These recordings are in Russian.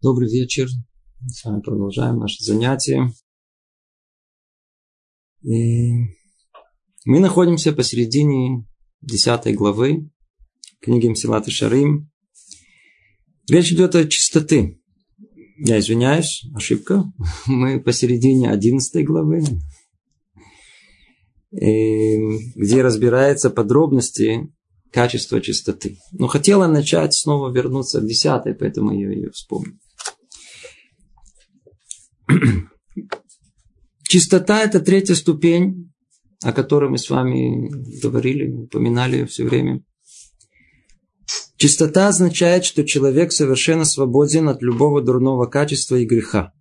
Добрый вечер. С вами продолжаем наше занятие. И мы находимся посередине 10 главы книги Месилат Йешарим. Речь идет о чистоте. Я извиняюсь, ошибка. Мы посередине 11 главы, где разбираются подробности качества чистоты. Но хотела начать снова вернуться к 10, поэтому я ее вспомнил. Чистота – это третья ступень, о которой мы с вами говорили, упоминали все время. Чистота означает, что человек совершенно свободен от любого дурного качества и греха.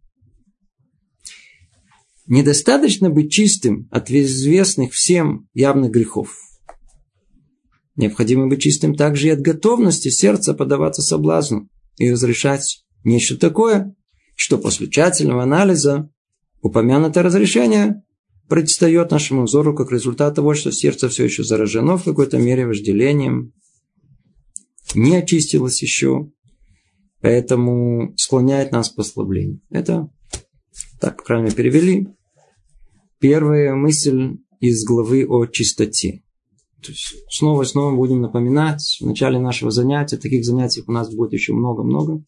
Недостаточно быть чистым от известных всем явных грехов. Необходимо быть чистым также и от готовности сердца поддаваться соблазну и разрешать нечто такое, что после тщательного анализа упомянутое разрешение предстает нашему взору как результат того, что сердце все еще заражено в какой-то мере вожделением, не очистилось еще, поэтому склоняет нас к послаблению. Это, так, по крайней мере, перевели. Первая мысль из главы о чистоте. То есть снова и снова будем напоминать в начале нашего занятия, таких занятий у нас будет еще много-много.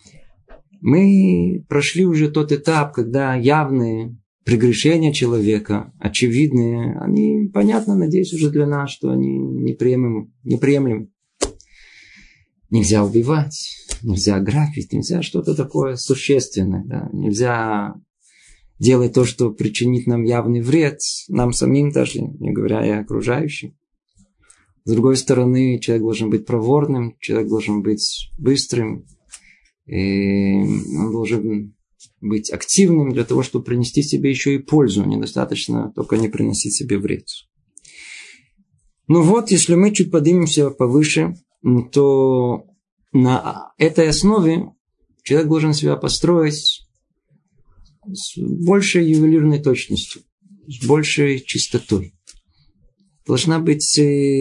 Мы прошли уже тот этап, когда явные прегрешения человека, очевидные, они, понятно, надеюсь, уже для нас, что они неприемлемы. Нельзя убивать, нельзя грабить, нельзя что-то такое существенное. Да? Нельзя делать то, что причинит нам явный вред, нам самим даже, не говоря и окружающим. С другой стороны, человек должен быть проворным, человек должен быть быстрым, и он должен быть активным для того, чтобы принести себе еще и пользу. Недостаточно только не приносить себе вред. Ну вот, если мы чуть поднимемся повыше, то на этой основе человек должен себя построить с большей ювелирной точностью, с большей чистотой. Должна быть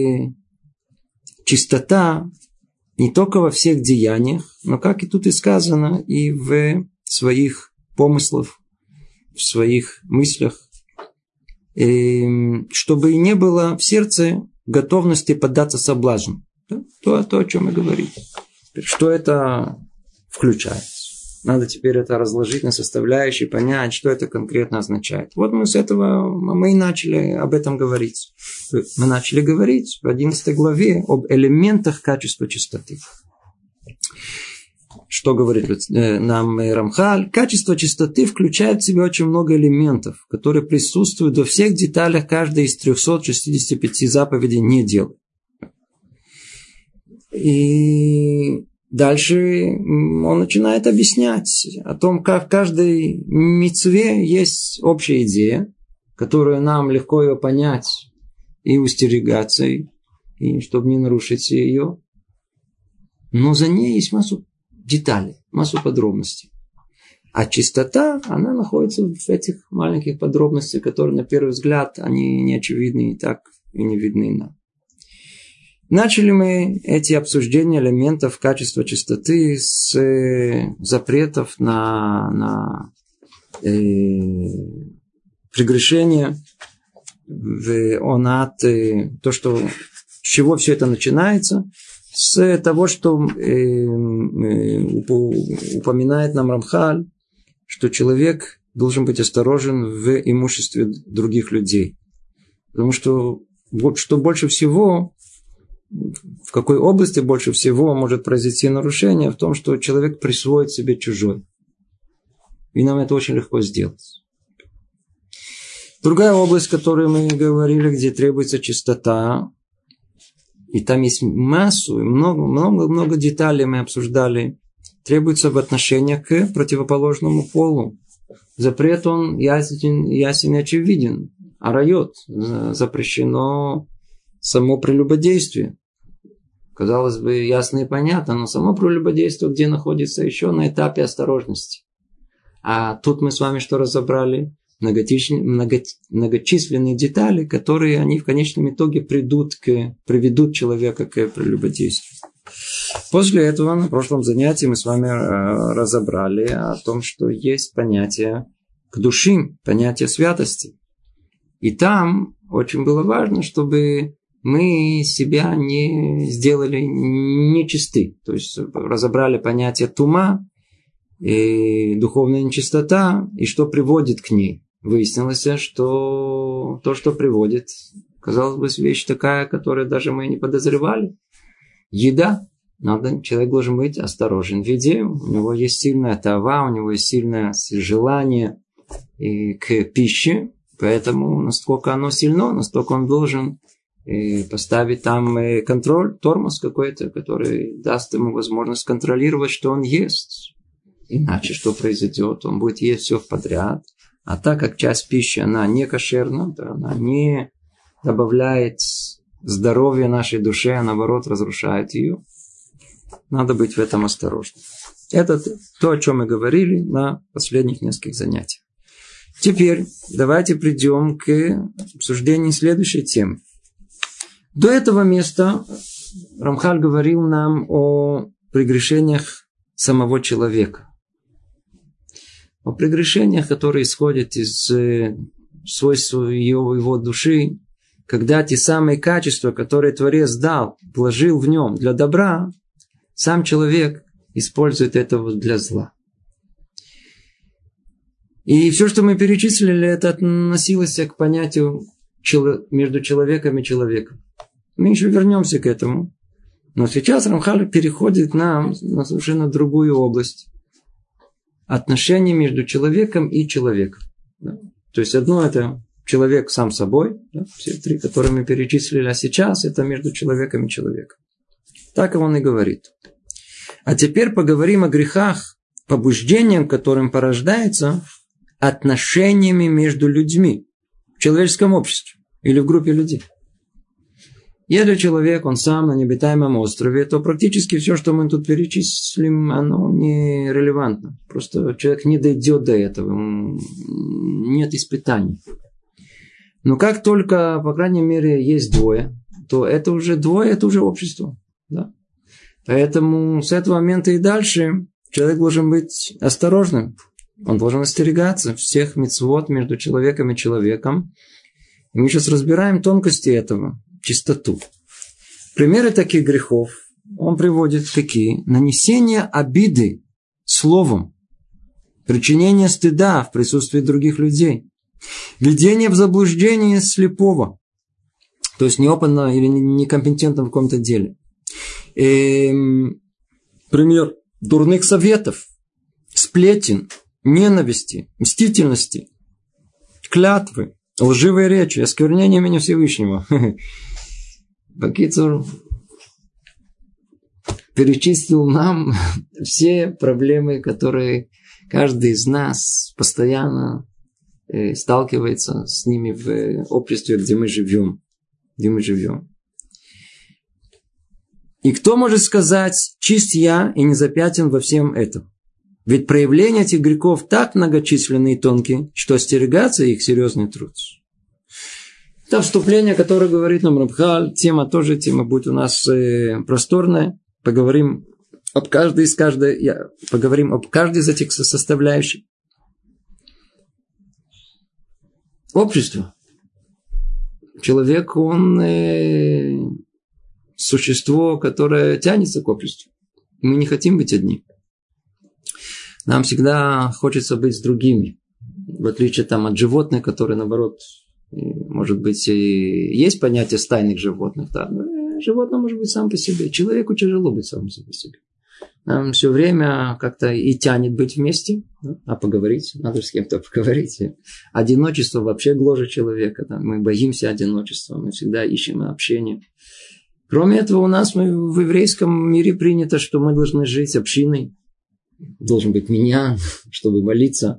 чистота не только во всех деяниях, но, как и тут и сказано, и в своих помыслах, в своих мыслях, чтобы не было в сердце готовности поддаться соблазну. То, о чем мы говорим. Что это включает? Надо теперь это разложить на составляющие, понять, что это конкретно означает. Вот мы с этого, мы и начали об этом говорить. Мы начали говорить в 11 главе об элементах качества чистоты. Что говорит нам Рамхаль? Качество чистоты включает в себя очень много элементов, которые присутствуют во всех деталях каждой из 365 заповедей «не делай». И дальше он начинает объяснять о том, как в каждой мицве есть общая идея, которую нам легко ее понять и устерегаться, и чтобы не нарушить ее. Но за ней есть массу деталей, массу подробностей. А чистота, она находится в этих маленьких подробностях, которые, на первый взгляд, они не очевидны и так и не видны нам. Начали мы эти обсуждения элементов качества чистоты с запретов на прегрешение в онат, то, что, с чего все это начинается, с того, что упоминает нам Рамхаль, что человек должен быть осторожен в имуществе других людей. Потому что больше всего, в какой области больше всего может произойти нарушение, в том, что человек присвоит себе чужое. И нам это очень легко сделать. Другая область, о которой мы говорили, где требуется чистота, и там есть массу, много деталей мы обсуждали, требуется в отношении к противоположному полу. Запрет он ясен и очевиден. Арайот, запрещено само прелюбодействие. Казалось бы, ясно и понятно, но само прелюбодействие где находится еще на этапе осторожности. А тут мы с вами что разобрали? Многочисленные детали, которые они в конечном итоге приведут человека к прелюбодействию. После этого на прошлом занятии мы с вами разобрали о том, что есть понятие к души, понятие святости. И там очень было важно, чтобы мы себя не сделали нечисты. То есть разобрали понятие тума, и духовная нечистота, и что приводит к ней. Выяснилось, что то, что приводит, казалось бы, вещь такая, которую даже мы не подозревали. Еда. Человек должен быть осторожен в еде. У него есть сильная тава, у него есть сильное желание к пище. Поэтому, насколько оно сильно, настолько он должен поставить там контроль, тормоз какой-то, который даст ему возможность контролировать, что он ест. Иначе что произойдет? Он будет есть все подряд. А так как часть пищи, она не кошерна, то она не добавляет здоровья нашей душе, а наоборот разрушает ее. Надо быть в этом осторожным. Это то, о чем мы говорили на последних нескольких занятиях. Теперь давайте придем к обсуждению следующей темы. До этого места Рамхаль говорил нам о прегрешениях самого человека. О прегрешениях, которые исходят из свойств его души, когда те самые качества, которые Творец дал, вложил в нем для добра, сам человек использует это для зла. И все, что мы перечислили, это относилось к понятию между человеком и человеком. Мы еще вернемся к этому. Но сейчас Рамхаль переходит нам на совершенно другую область. Отношения между человеком и человеком. Да? То есть одно это человек сам собой, да? Все три, которые мы перечислили, а сейчас это между человеком и человеком. Так он и говорит. А теперь поговорим о грехах, побуждением, которым порождается отношениями между людьми в человеческом обществе или в группе людей. Если человек, он сам на необитаемом острове, то практически все, что мы тут перечислим, оно не релевантно. Просто человек не дойдет до этого. Нет испытаний. Но как только, по крайней мере, есть двое, то это уже двое, это уже общество. Да? Поэтому с этого момента и дальше человек должен быть осторожным. Он должен остерегаться всех мицвот между человеком и человеком. И мы сейчас разбираем тонкости этого. Чистоту. Примеры таких грехов он приводит какие? Нанесение обиды словом, причинение стыда в присутствии других людей, введение в заблуждение слепого, то есть неопытно или некомпетентно в каком-то деле. Пример дурных советов, сплетен, ненависти, мстительности, клятвы, лживой речи, осквернение имени Всевышнего. Бакицур перечислил нам все проблемы, которые каждый из нас постоянно сталкивается с ними в обществе, где мы живем. И кто может сказать, чист я и не запятен во всем этом? Ведь проявления этих грехов так многочисленны и тонкие, что остерегаться их серьезный труд. Это вступление, которое говорит нам Рамхаль. Тема будет у нас просторная. Поговорим об каждой из этих составляющих. Общество. Человек, он существо, которое тянется к обществу. Мы не хотим быть одни. Нам всегда хочется быть с другими. В отличие от животных, которые, наоборот, может быть, и есть понятие стайных животных. Да? Но животное может быть сам по себе. Человеку тяжело быть сам по себе. Нам все время как-то и тянет быть вместе. Да? А поговорить? Надо с кем-то поговорить. Одиночество вообще гложет человека. Да? Мы боимся одиночества. Мы всегда ищем общение. Кроме этого, у нас в еврейском мире принято, что мы должны жить общиной. Должен быть меня, чтобы молиться.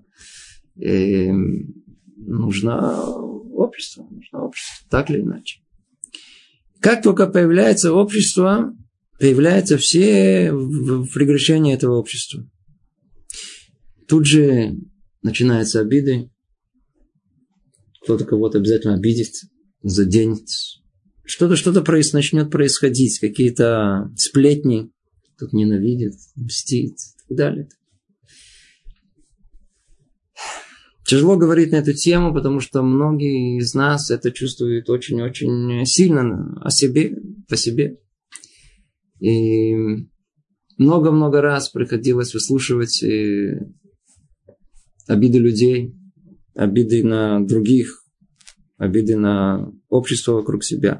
Нужно общество, так или иначе. Как только появляется общество, появляются все прегрешения этого общества. Тут же начинаются обиды. Кто-то кого-то обязательно обидит, заденет. что-то начнет происходить, какие-то сплетни, кто-то ненавидит, мстит и так далее. Тяжело говорить на эту тему, потому что многие из нас это чувствуют очень-очень сильно по себе. И много-много раз приходилось выслушивать обиды людей, обиды на других, обиды на общество вокруг себя.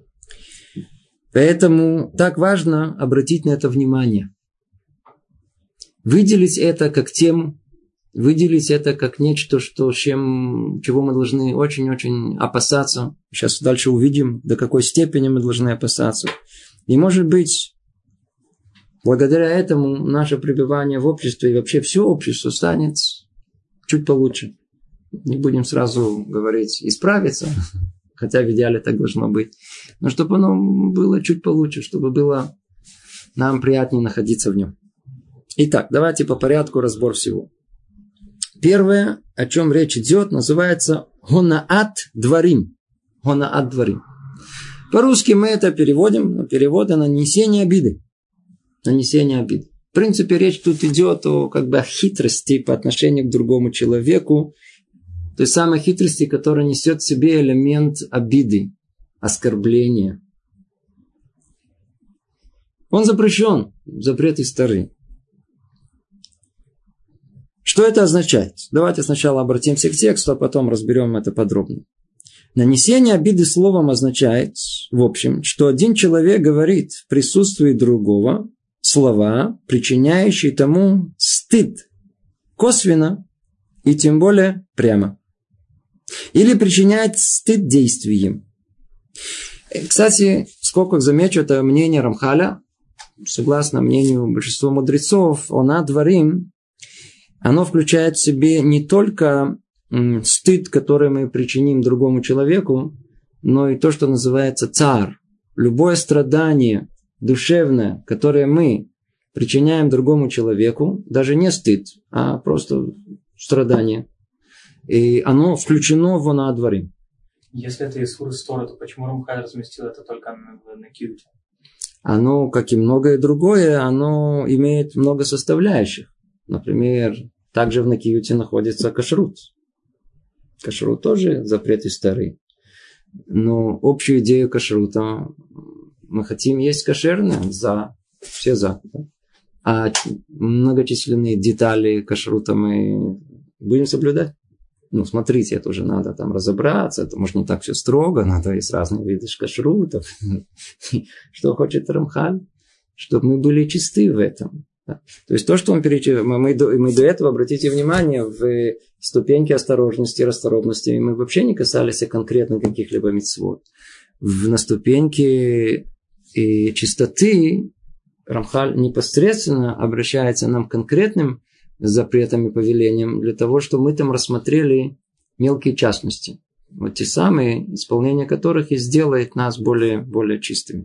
Поэтому так важно обратить на это внимание. Выделить это как тему, выделить это как нечто, чего мы должны очень-очень опасаться. Сейчас дальше увидим, до какой степени мы должны опасаться. И может быть, благодаря этому наше пребывание в обществе и вообще все общество станет чуть получше. Не будем сразу говорить исправиться, хотя в идеале так должно быть. Но чтобы оно было чуть получше, чтобы было нам приятнее находиться в нем. Итак, давайте по порядку разбор всего. Первое, о чем речь идет, называется «Хонаат дварим». «Хонаат дварим». По-русски мы это переводим, но перевода «нанесение обиды». Нанесение обиды. В принципе, речь тут идет о хитрости по отношению к другому человеку. Той самой хитрости, которая несет в себе элемент обиды, оскорбления. Он запрещен. Запреты старые. Что это означает? Давайте сначала обратимся к тексту, а потом разберем это подробно. Нанесение обиды словом означает, в общем, что один человек говорит в присутствии другого слова, причиняющие тому стыд, косвенно и тем более прямо. Или причиняет стыд действием. Кстати, сколько замечу, это мнение Рамхаля, согласно мнению большинства мудрецов, «Хонаат дварим», оно включает в себе не только стыд, который мы причиним другому человеку, но и то, что называется цар. Любое страдание душевное, которое мы причиняем другому человеку, даже не стыд, а просто страдание, и оно включено в «Хонаат дварим». Если это из Суры, то почему Рамхаль разместил это только на киюте? Оно, как и многое другое, оно имеет много составляющих. Например, также в накиюте находится кашрут. Кашрут тоже запреты старые. Но общую идею кашрута мы хотим есть кошерное, все за. Да? А многочисленные детали кашрута мы будем соблюдать. Смотрите, это уже надо там разобраться, это может не так все строго, надо есть разные виды кашрутов. Что хочет Рамхаль? Чтобы мы были чисты в этом. Да. То есть то, что он перечислил, мы до этого, обратите внимание, в ступеньке осторожности и расторопности мы вообще не касались конкретно каких-либо мицвот. На ступеньке чистоты Рамхаль непосредственно обращается нам к конкретным запретам и повелениям для того, чтобы мы там рассмотрели мелкие частности. Вот те самые, исполнение которых и сделает нас более чистыми.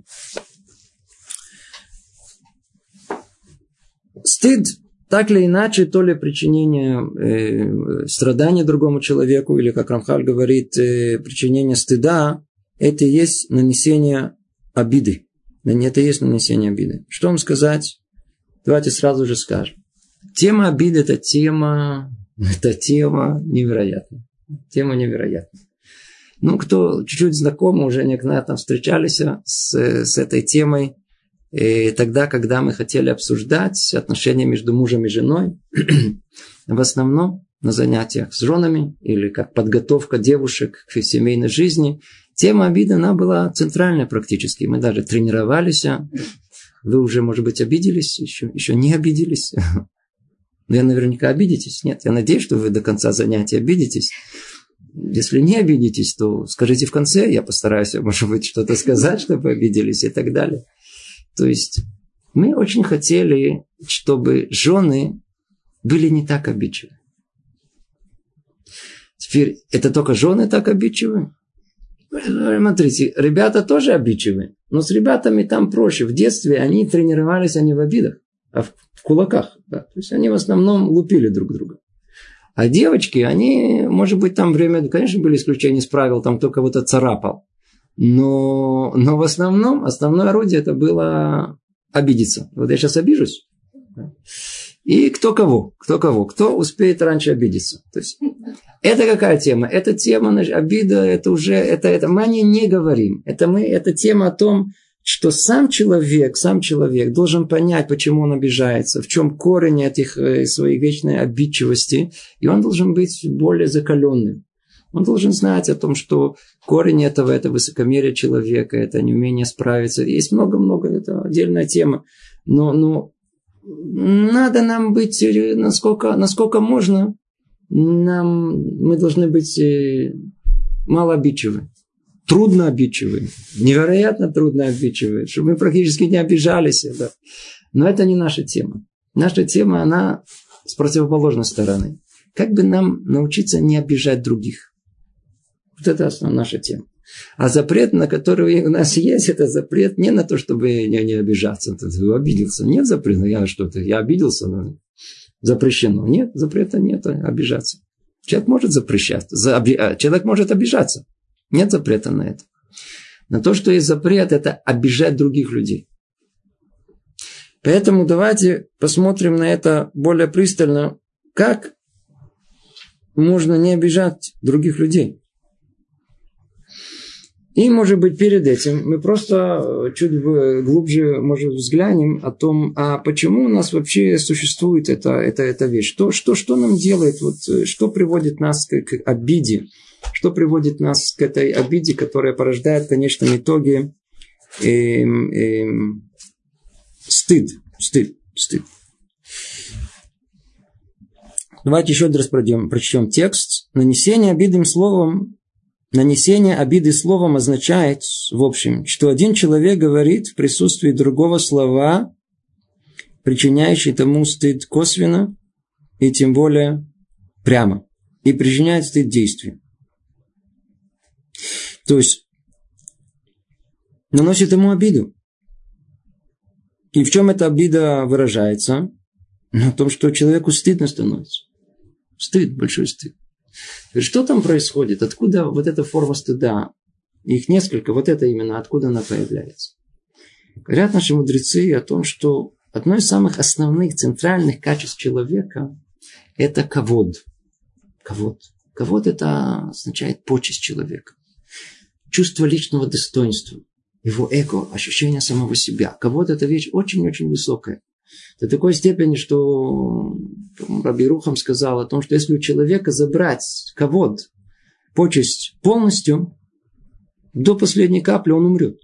Стыд, так или иначе, то ли причинение страдания другому человеку, или, как Рамхаль говорит, причинение стыда, это и есть нанесение обиды. Это и есть нанесение обиды. Что вам сказать? Давайте сразу же скажем. Тема обиды – это тема невероятная. Тема невероятная. Кто чуть-чуть знаком, уже неоднократно встречались с этой темой, и тогда, когда мы хотели обсуждать отношения между мужем и женой, в основном на занятиях с женами или как подготовка девушек к семейной жизни, тема обиды, она была центральная практически. Мы даже тренировались. Вы уже, может быть, обиделись, еще не обиделись. Но я наверняка обидитесь. Нет, я надеюсь, что вы до конца занятия обидитесь. Если не обидитесь, то скажите в конце, я постараюсь, может быть, что-то сказать, чтобы обиделись и так далее. То есть мы очень хотели, чтобы жены были не так обидчивы. Теперь, это только жены так обидчивы? Смотрите, ребята тоже обидчивы, но с ребятами там проще. В детстве они тренировались, они в обидах, а в кулаках. Да? То есть они в основном лупили друг друга. А девочки, они, может быть, там время, конечно, были исключения из правил, там кто кого-то царапал. Но в основном, основное орудие это было обидеться. Вот я сейчас обижусь. И кто кто успеет раньше обидеться. То есть, это какая тема? Это тема обида, это уже, мы о ней не говорим. Это тема о том, что сам человек должен понять, почему он обижается, в чем корень этих своей вечной обидчивости, и он должен быть более закаленным. Он должен знать о том, что корень этого – это высокомерие человека, это неумение справиться. Есть много-много, это отдельная тема. Но надо нам быть, насколько можно, мы должны быть малообидчивы. Трудно обидчивы, невероятно трудно обидчивы, чтобы мы практически не обижались. Да. Но это не наша тема. Наша тема, она с противоположной стороны. Как бы нам научиться не обижать других? Вот это основная наша тема. А запрет, на который у нас есть, это запрет не на то, чтобы не обижаться. Ты обиделся. Нет запрета. Я обиделся. Запрещено. Нет, запрета нет обижаться. Человек может запрещать. Человек может обижаться. Нет запрета на это. На то, что есть запрет, это обижать других людей. Поэтому давайте посмотрим на это более пристально, как можно не обижать других людей. И, может быть, перед этим мы просто чуть глубже, может, взглянем о том, а почему у нас вообще существует эта вещь. Что нам делает, что приводит нас к обиде. Что приводит нас к этой обиде, которая порождает в конечном итоге стыд. Давайте еще раз прочтем текст. Нанесение обиды словом означает, в общем, что один человек говорит в присутствии другого слова, причиняющий тому стыд косвенно и тем более прямо, и причиняет стыд действию. То есть, наносит ему обиду. И в чем эта обида выражается? В том, что человеку стыдно становится. Стыд, большой стыд. Что там происходит? Откуда вот эта форма стыда? Их несколько, вот это именно, откуда она появляется? Говорят наши мудрецы о том, что одно из самых основных, центральных качеств человека – это кавод. Кавод – это означает почесть человека. Чувство личного достоинства, его эго, ощущение самого себя. Кавод – это вещь очень-очень высокая. До такой степени, что Раби Рухам сказал о том, что если у человека забрать кавод, почесть полностью, до последней капли он умрет.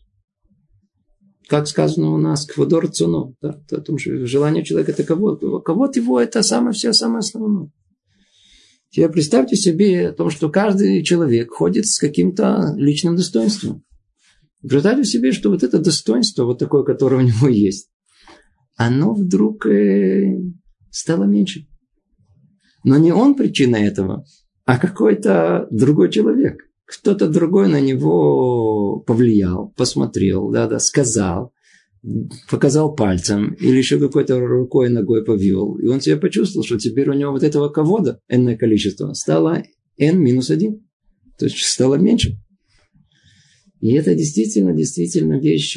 Как сказано у нас, квадор цуно, да, о том, что желание человека – это кавод. Кавод его – это самое основное. Теперь представьте себе о том, что каждый человек ходит с каким-то личным достоинством. Представьте себе, что вот это достоинство, вот такое, которое у него есть, оно вдруг стало меньше. Но не он причина этого, а какой-то другой человек. Кто-то другой на него повлиял, посмотрел, сказал, показал пальцем или еще какой-то рукой, ногой повел. И он себя почувствовал, что теперь у него вот этого кавода, энное количество, стало n-1. То есть стало меньше. И это действительно вещь,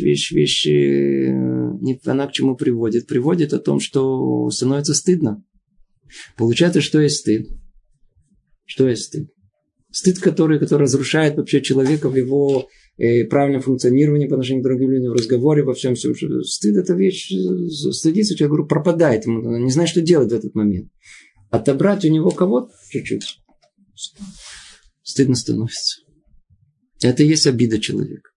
она к чему приводит? Приводит о том, что становится стыдно. Получается, что есть стыд? Что есть стыд? Стыд, который разрушает вообще человека в его правильном функционировании по отношению к другим людям, в разговоре, во всем. Стыд – это вещь, стыдиться, человек пропадает. Он не знает, что делать в этот момент. Отобрать у него кого-то чуть-чуть. Стыдно становится. Это и есть обида человека.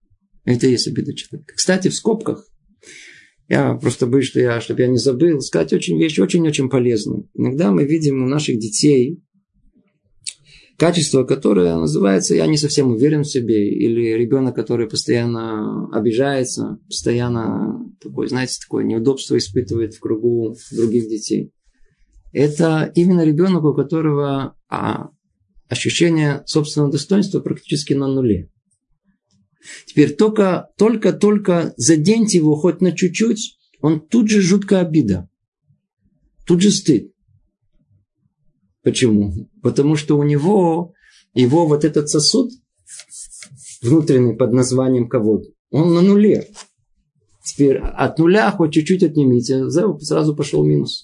Кстати, в скобках, я просто боюсь, чтобы я не забыл, сказать вещь очень-очень полезную. Иногда мы видим у наших детей качество, которое называется «я не совсем уверен в себе», или ребенок, который постоянно обижается, постоянно такое неудобство испытывает в кругу других детей. Это именно ребенок, у которого ощущение собственного достоинства практически на нуле. Теперь только заденьте его хоть на чуть-чуть, он тут же жуткая обида. Тут же стыд. Почему? Потому что у него его вот этот сосуд, внутренний под названием кавод, он на нуле. Теперь от нуля хоть чуть-чуть отнимите, сразу пошел минус.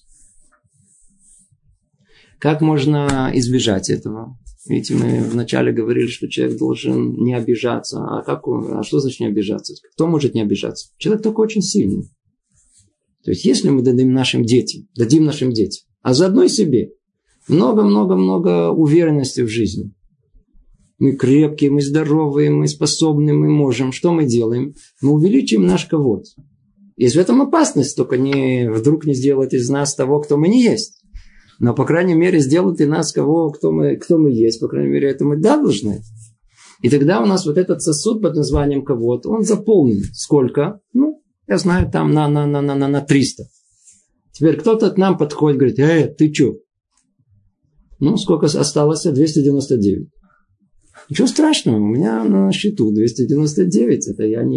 Как можно избежать этого? Видите, мы вначале говорили, что человек должен не обижаться. А что значит не обижаться? Кто может не обижаться? Человек только очень сильный. То есть, если мы дадим нашим детям, а заодно и себе, много-много-много уверенности в жизни. Мы крепкие, мы здоровые, мы способны, мы можем. Что мы делаем? Мы увеличим наш кавод. Есть в этом опасность, только вдруг не сделать из нас того, кто мы не есть. Но, по крайней мере, сделать из нас кто мы есть. По крайней мере, это мы должны. И тогда у нас вот этот сосуд под названием кавод, он заполнен. Сколько? Я знаю, там на 300. Теперь кто-то к нам подходит, говорит, ты что? Сколько осталось? 299. Ничего страшного, у меня на счету 299. Это я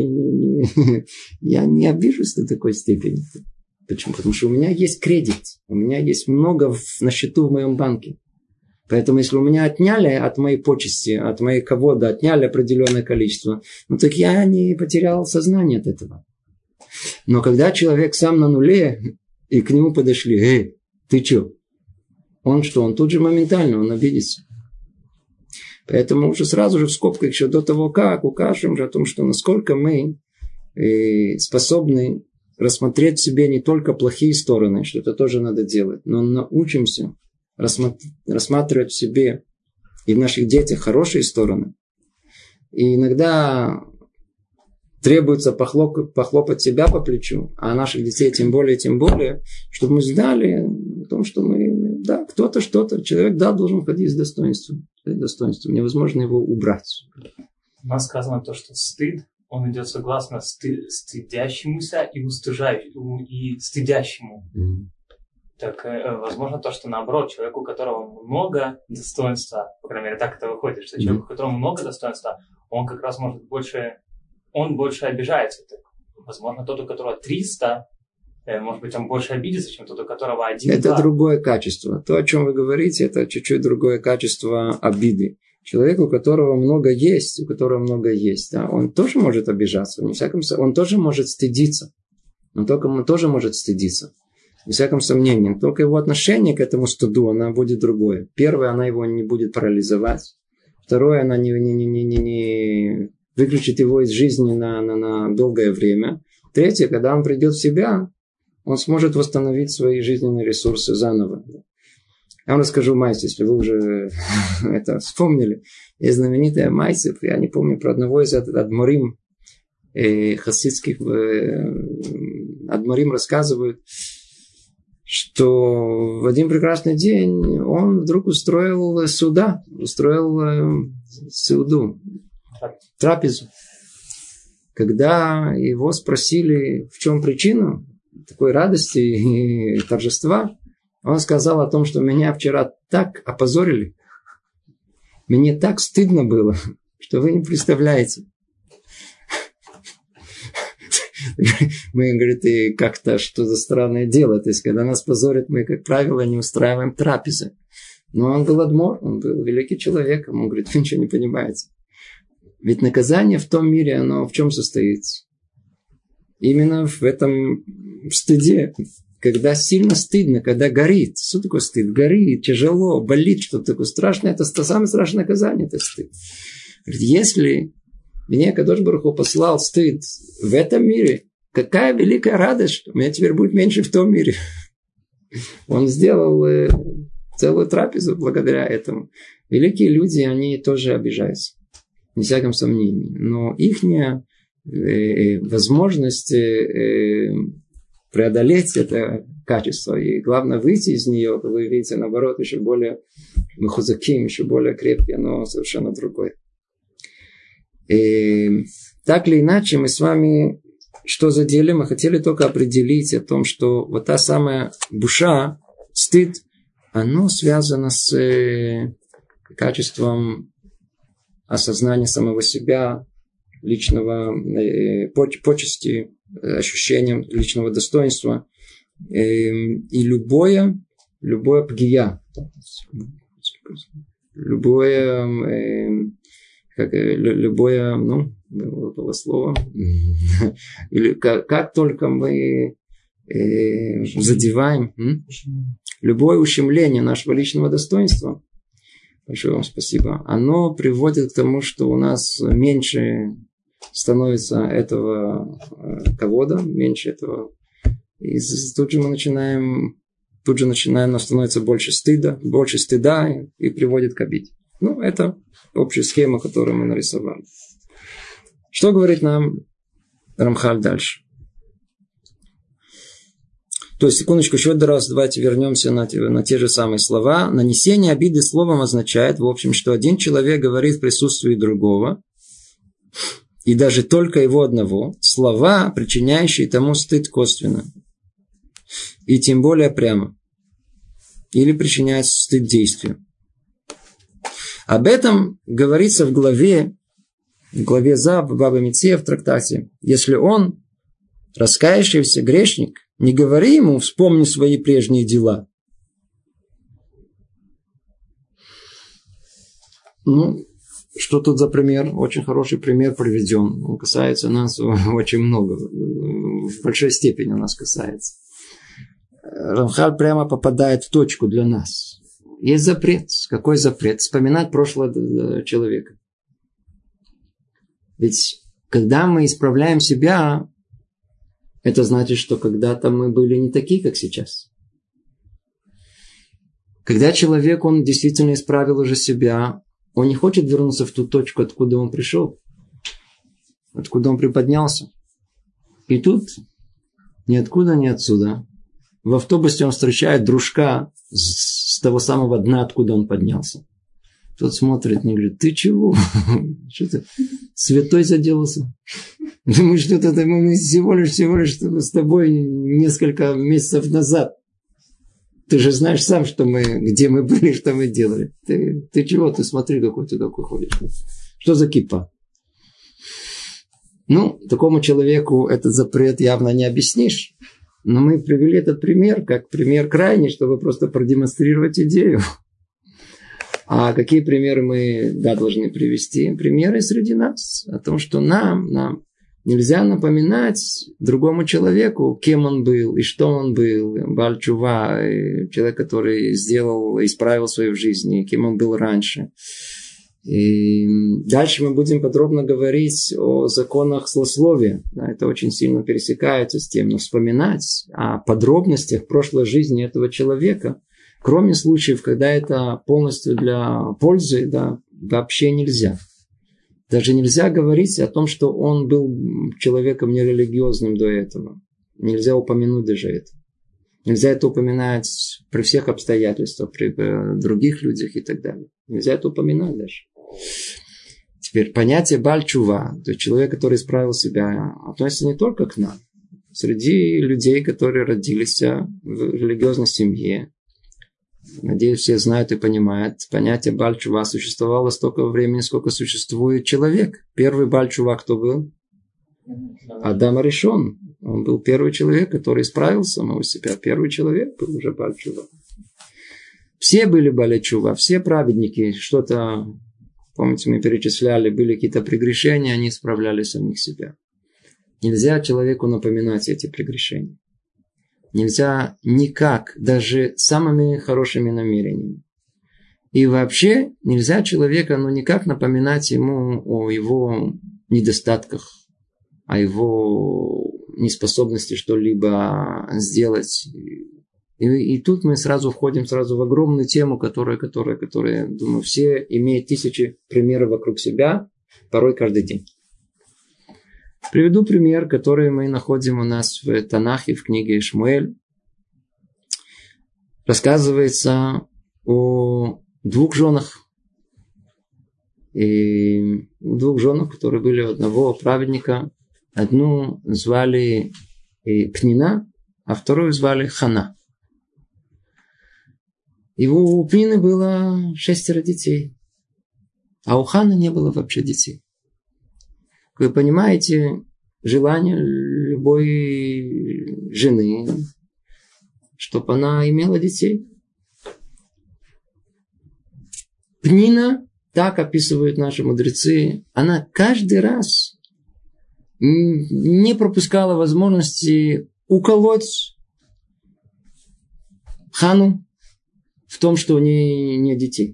не обижусь до такой степени. Почему? Потому что у меня есть кредит. У меня есть много на счету в моем банке. Поэтому, если у меня отняли от моей почести, от моей кавода, отняли определенное количество, так я не потерял сознание от этого. Но когда человек сам на нуле, и к нему подошли, ты что? Он тут же моментально, он обидится. Поэтому уже сразу же в скобках, еще до того, как укажем же о том, что насколько мы способны рассмотреть в себе не только плохие стороны, что это тоже надо делать, но научимся рассматривать в себе и в наших детях хорошие стороны. И иногда требуется похлопать себя по плечу, а наших детей тем более, чтобы мы знали о том, что кто-то что-то, человек должен ходить с достоинством. Невозможно его убрать. У нас сказано то, что стыд, он идет согласно стыдящемуся и стыдящему. Так, возможно, то, что наоборот, человеку, у которого много достоинства, по крайней мере, так это выходит, что человеку, у которого много достоинства, он как раз может больше обижается. Так, возможно, тот, у которого 300, может быть, он больше обидится, чем тот, у которого 1. Это другое качество. То, о чем вы говорите, это чуть-чуть другое качество обиды. Человек, у которого много есть, он тоже может обижаться. Не всяком случае, он тоже может стыдиться. Он тоже может стыдиться. Без всяком сомнении. Только его отношение к этому стыду, она будет другое. Первое, она его не будет парализовать. Второе, она не выключит его из жизни на долгое время. Третье, когда он придет в себя, он сможет восстановить свои жизненные ресурсы заново. Я вам расскажу майсу, если вы уже это вспомнили. Есть знаменитая майса, я не помню про одного из адморим хасидских. Адморим рассказывают, что в один прекрасный день он вдруг устроил сауду, трапезу. Когда его спросили, в чем причина такой радости и торжества, он сказал о том, что меня вчера так опозорили, мне так стыдно было, что вы не представляете. Мы, говорит, и как-то что за странное дело. То есть, когда нас позорят, мы, как правило, не устраиваем трапезы. Но он был адмор, он был великий человек. Он говорит, вы ничего не понимаете. Ведь наказание в том мире, оно в чем состоит? Именно в этом стыде. Когда сильно стыдно, когда горит. Что такое стыд? Горит, тяжело, болит, что-то такое страшное. Это самое страшное наказание, это стыд. Говорит, если мне Кадош Барух Ху послал стыд в этом мире, какая великая радость, что у меня теперь будет меньше в том мире. Он сделал целую трапезу благодаря этому. Великие люди, они тоже обижаются. Не всяком сомнении. Но их возможность преодолеть это качество и, главное, выйти из нее, вы видите, наоборот, еще более мехузаким, еще более крепкий, оно совершенно другое. И так или иначе, мы с вами что задели? Мы хотели только определить о том, что вот та самая буша, стыд, оно связано с качеством осознания самого себя, личного почести, ощущением личного достоинства. И любое пгия, любое как любое, было слово, или как только мы задеваем любое ущемление нашего личного достоинства, большое вам спасибо, оно приводит к тому, что у нас меньше становится этого ковода, меньше этого. И тут же начинаем, нас становится больше стыда и приводит к обиде. Это общая схема, которую мы нарисовали. Что говорит нам Рамхаль дальше? То есть, секундочку, еще раз давайте вернемся на те же самые слова. Нанесение обиды словом означает, в общем, что один человек говорит в присутствии другого, и даже только его одного, слова, причиняющие тому стыд косвенно, и тем более прямо, или причиняет стыд действию. Об этом говорится в главе Зав, Баба Меция в трактате. Если он, раскаявшийся грешник, не говори ему, вспомни свои прежние дела. Что тут за пример? Очень хороший пример приведен. Он касается нас очень много. В большой степени он нас касается. Рамхаль прямо попадает в точку для нас. Есть запрет. Какой запрет? Вспоминать прошлое человека. Ведь когда мы исправляем себя, это значит, что когда-то мы были не такие, как сейчас. Когда человек, он действительно исправил уже себя, он не хочет вернуться в ту точку, откуда он пришел, откуда он приподнялся. И тут, ни откуда, ни отсюда, в автобусе он встречает дружка с того самого дна, откуда он поднялся. Тот смотрит и говорит: ты чего? Что ты святой заделался? Думаешь, что-то мы всего лишь с тобой несколько месяцев назад. Ты же знаешь сам, где мы были, что мы делали. Ты чего? Ты смотри, какой ты такой ходишь. Что за кипа? Такому человеку этот запрет явно не объяснишь. Но мы привели этот пример, как пример крайний, чтобы просто продемонстрировать идею. А какие примеры мы, должны привести? Примеры среди нас. О том, что нам нельзя напоминать другому человеку, кем он был и что он был. Бааль Тшува, человек, который исправил свою жизнь, кем он был раньше. И дальше мы будем подробно говорить о законах злословия. Это очень сильно пересекается с тем. Но вспоминать о подробностях прошлой жизни этого человека, кроме случаев, когда это полностью для пользы, вообще нельзя. Даже нельзя говорить о том, что он был человеком нерелигиозным до этого. Нельзя упомянуть даже это. Нельзя это упоминать при всех обстоятельствах, при других людях и так далее. Нельзя это упоминать даже. Теперь понятие Бааль Тшува, то есть человек, который исправил себя, относится не только к нам. Среди людей, которые родились в религиозной семье, надеюсь, все знают и понимают, понятие Бааль Тшува существовало столько времени, сколько существует человек. Первый Бааль Тшува кто был? Адам Аришон. Он был первый человек, который исправил самого себя. Первый человек был уже Бааль Тшува. Все были Бааль Тшува, все праведники. Что-то, помните, мы перечисляли, были какие-то прегрешения, они исправляли самих себя. Нельзя человеку напоминать эти прегрешения. Нельзя никак, даже самыми хорошими намерениями. И вообще нельзя человека, никак напоминать ему о его недостатках, о его неспособности что-либо сделать. И тут мы сразу входим в огромную тему, которая, думаю, все имеют тысячи примеров вокруг себя, порой каждый день. Приведу пример, который мы находим у нас в Танахе, в книге Шмуэль. Рассказывается о двух женах. И двух женах, которые были у одного праведника. Одну звали Пнина, а вторую звали Хана. И у Пнины было 6 детей. А у Ханы не было вообще детей. Вы понимаете, желание любой жены, чтобы она имела детей. Пнина так описывают наши мудрецы, она каждый раз не пропускала возможности уколоть Хану в том, что у нее нет детей.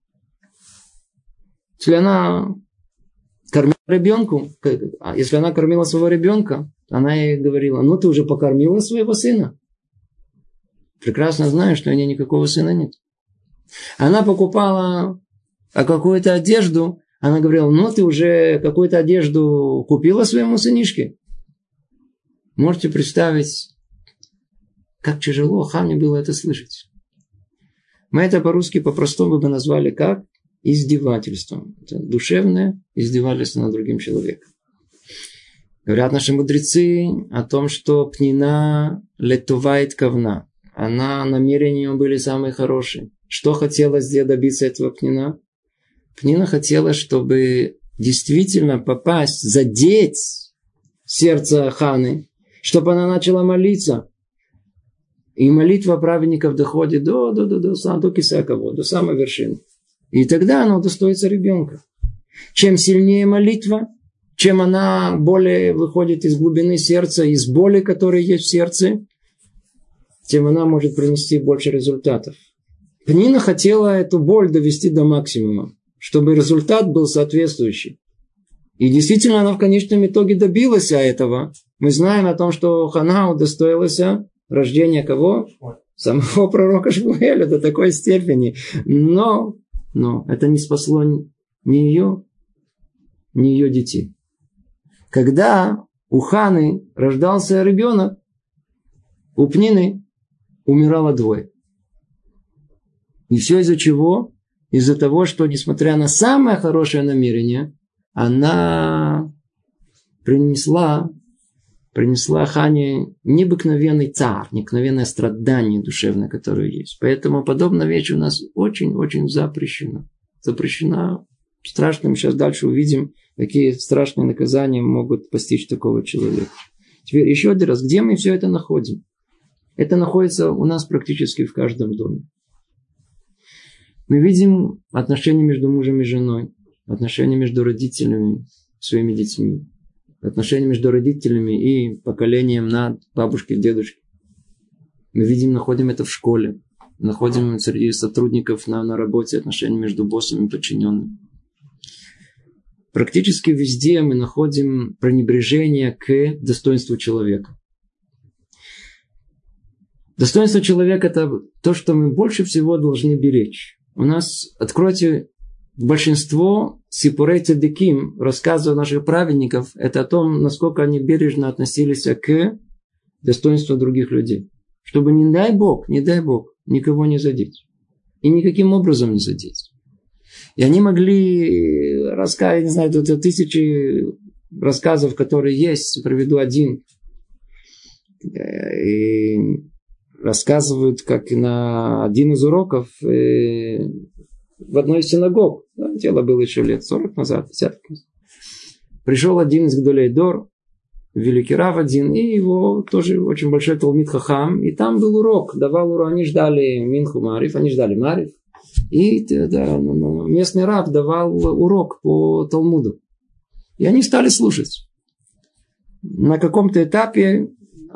Если она кормила ребенка, если она кормила своего ребенка, она ей говорила: ну ты уже покормила своего сына. Прекрасно знаю, что у нее никакого сына нет. Она покупала какую-то одежду, она говорила: ну ты уже какую-то одежду купила своему сынишке. Можете представить, как тяжело Хане было это слышать. Мы это по-русски по-простому бы назвали как издевательством. Это душевное издевательство над другим человеком. Говорят наши мудрецы о том, что пнина летувает кавна. Она, намерения ее были самые хорошие. Что хотела добиться этого пнина? Пнина хотела, чтобы действительно попасть, задеть сердце Ханы, чтобы она начала молиться. И молитва праведников доходит до кисакова, до самой вершины. И тогда она удостоится ребенка. Чем сильнее молитва, чем она более выходит из глубины сердца, из боли, которая есть в сердце, тем она может принести больше результатов. Пнина хотела эту боль довести до максимума, чтобы результат был соответствующий. И действительно она в конечном итоге добилась этого. Мы знаем о том, что Хана удостоилась рождения кого? Самого пророка Шмуэля до такой степени. Но это не спасло ни ее детей. Когда у Ханы рождался ребенок, у Пнины умирало двое. И все из-за чего? Из-за того, что, несмотря на самое хорошее намерение, она принесла Хане необыкновенный цар, необыкновенное страдание душевное, которое есть. Поэтому подобная вещь у нас очень-очень запрещена. Запрещена страшно. Мы сейчас дальше увидим, какие страшные наказания могут постичь такого человека. Теперь еще один раз. Где мы все это находим? Это находится у нас практически в каждом доме. Мы видим отношения между мужем и женой, отношения между родителями, своими детьми, отношения между родителями и поколением над бабушки, дедушки. Мы видим, находим это в школе, находим среди сотрудников на работе отношения между боссом и подчиненным. Практически везде мы находим пренебрежение к достоинству человека. Достоинство человека – это то, что мы больше всего должны беречь. У нас, откройте, большинство сипурей цадиким, рассказов наших праведников, это о том, насколько они бережно относились к достоинству других людей. Чтобы, не дай Бог, никого не задеть. И никаким образом не задеть. И они могли рассказать, не знаю, тут тысячи рассказов, которые есть, приведу один. И рассказывают, как на один из уроков в одной из синагог, дело было еще лет 40 назад, 50 назад, пришел один из Гдолей Дор, великий рав один, и его тоже очень большой талмид хахам, и там был урок, давал урок, они ждали Минху Мариф, они ждали Мариф, и местный рав давал урок по Талмуду. И они стали слушать. На каком-то этапе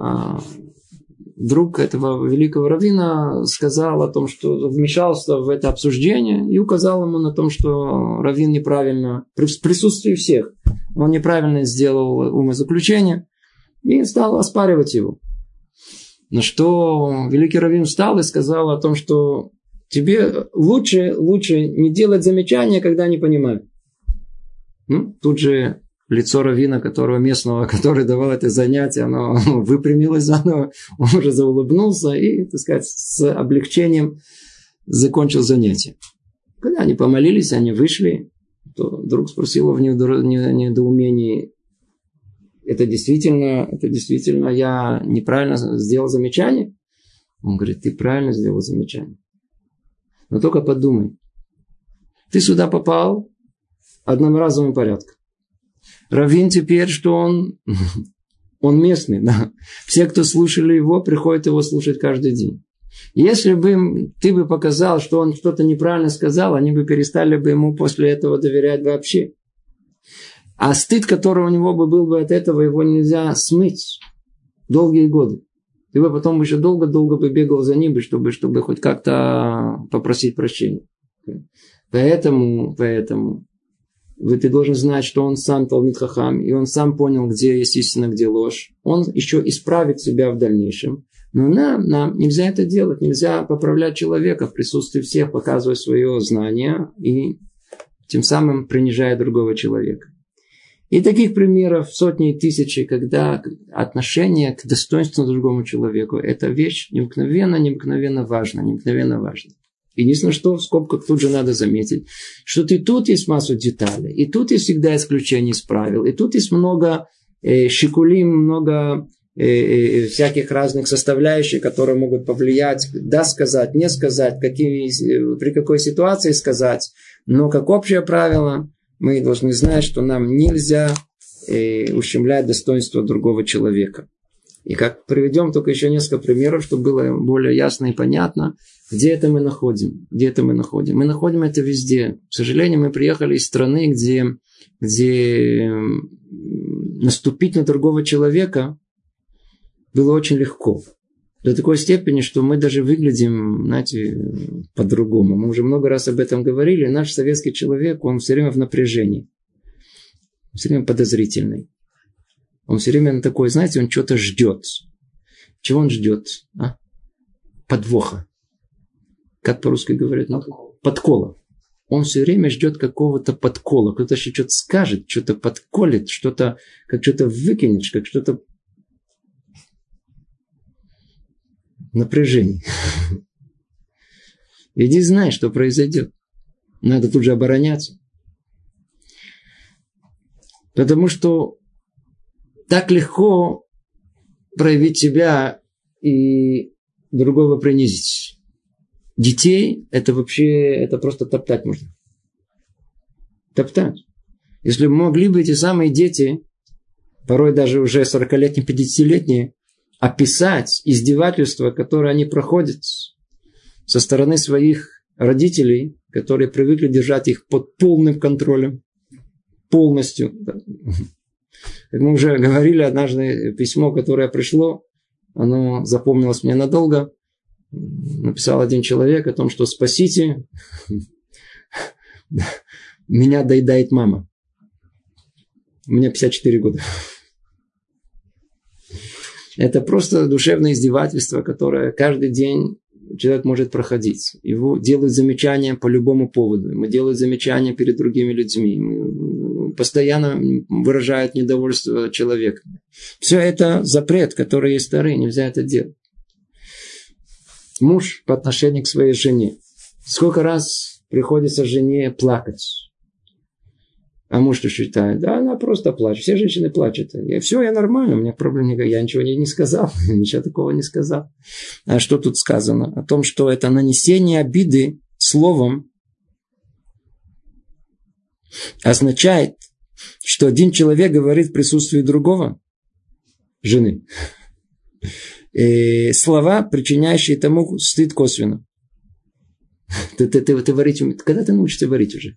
друг этого великого раввина сказал о том, что вмешался в это обсуждение и указал ему на том, что раввин неправильно, в присутствии всех, он неправильно сделал умозаключение и стал оспаривать его. На что великий раввин встал и сказал о том, что тебе лучше не делать замечания, когда не понимают. Тут же лицо раввина, который давал это занятие, оно выпрямилось заново, он уже заулыбнулся и, так сказать, с облегчением закончил занятие. Когда они помолились, они вышли, то друг спросил в недоумении: это действительно я неправильно сделал замечание? Он говорит: ты правильно сделал замечание. Но только подумай, ты сюда попал одноразовым порядком. Раввин теперь, что он местный, да. Все, кто слушали его, приходят его слушать каждый день. Если бы ты бы показал, что он что-то неправильно сказал, они бы перестали бы ему после этого доверять вообще. А стыд, который у него бы был бы от этого, его нельзя смыть долгие годы. Ты бы потом еще долго-долго бы бегал за ним, чтобы хоть как-то попросить прощения. Поэтому ты должен знать, что он сам Талмид Хахам, и он сам понял, где есть истина, где ложь. Он еще исправит себя в дальнейшем. Но нам нельзя это делать. Нельзя поправлять человека в присутствии всех, показывая свое знание и тем самым принижая другого человека. И таких примеров сотни и тысячи, когда отношение к достоинству другому человеку – это вещь необыкновенно важна. Единственное, что в скобках тут же надо заметить, что и тут есть массу деталей, и тут есть всегда исключение из правил, и тут есть много шикулим, много всяких разных составляющих, которые могут повлиять, да сказать, не сказать, при какой ситуации сказать. Но как общее правило, мы должны знать, что нам нельзя ущемлять достоинство другого человека. И как приведем только еще несколько примеров, чтобы было более ясно и понятно, где это мы находим. Мы находим это везде. К сожалению, мы приехали из страны, где наступить на другого человека было очень легко. До такой степени, что мы даже выглядим, знаете, по-другому. Мы уже много раз об этом говорили. Наш советский человек, он все время в напряжении. Он все время подозрительный. Он все время такой, знаете, он что-то ждет. Чего он ждет? Подвоха. Как по-русски говорят? Подкола. Он все время ждет какого-то подкола. Кто-то еще что-то скажет, что-то подколет, что-то выкинет, как что-то напряжение. Иди знай, что произойдет. Надо тут же обороняться. Потому что так легко проявить себя и другого принизить. Детей это просто топтать можно. Топтать. Если бы могли бы эти самые дети, порой даже уже 40-летние, 50-летние, описать издевательства, которые они проходят со стороны своих родителей, которые привыкли держать их под полным контролем, полностью. Как мы уже говорили, однажды письмо, которое пришло, оно запомнилось мне надолго. Написал один человек о том, что спасите, меня доедает мама. У меня 54 года. Это просто душевное издевательство, которое каждый день человек может проходить. Его делают замечания по любому поводу. Ему делают замечания перед другими людьми. Постоянно выражают недовольство человека. Все это запрет, который есть в Торе. Нельзя это делать. Муж по отношению к своей жене. Сколько раз приходится жене плакать. А муж что считает? Да, она просто плачет. Все женщины плачут. Я нормально, у меня проблем никаких. Я ничего не сказал. Ничего такого не сказал. А что тут сказано? О том, что это нанесение обиды словом означает, что один человек говорит в присутствии другого, жены, слова, причиняющие тому стыд косвенно. Ты варить, когда ты научишься варить уже?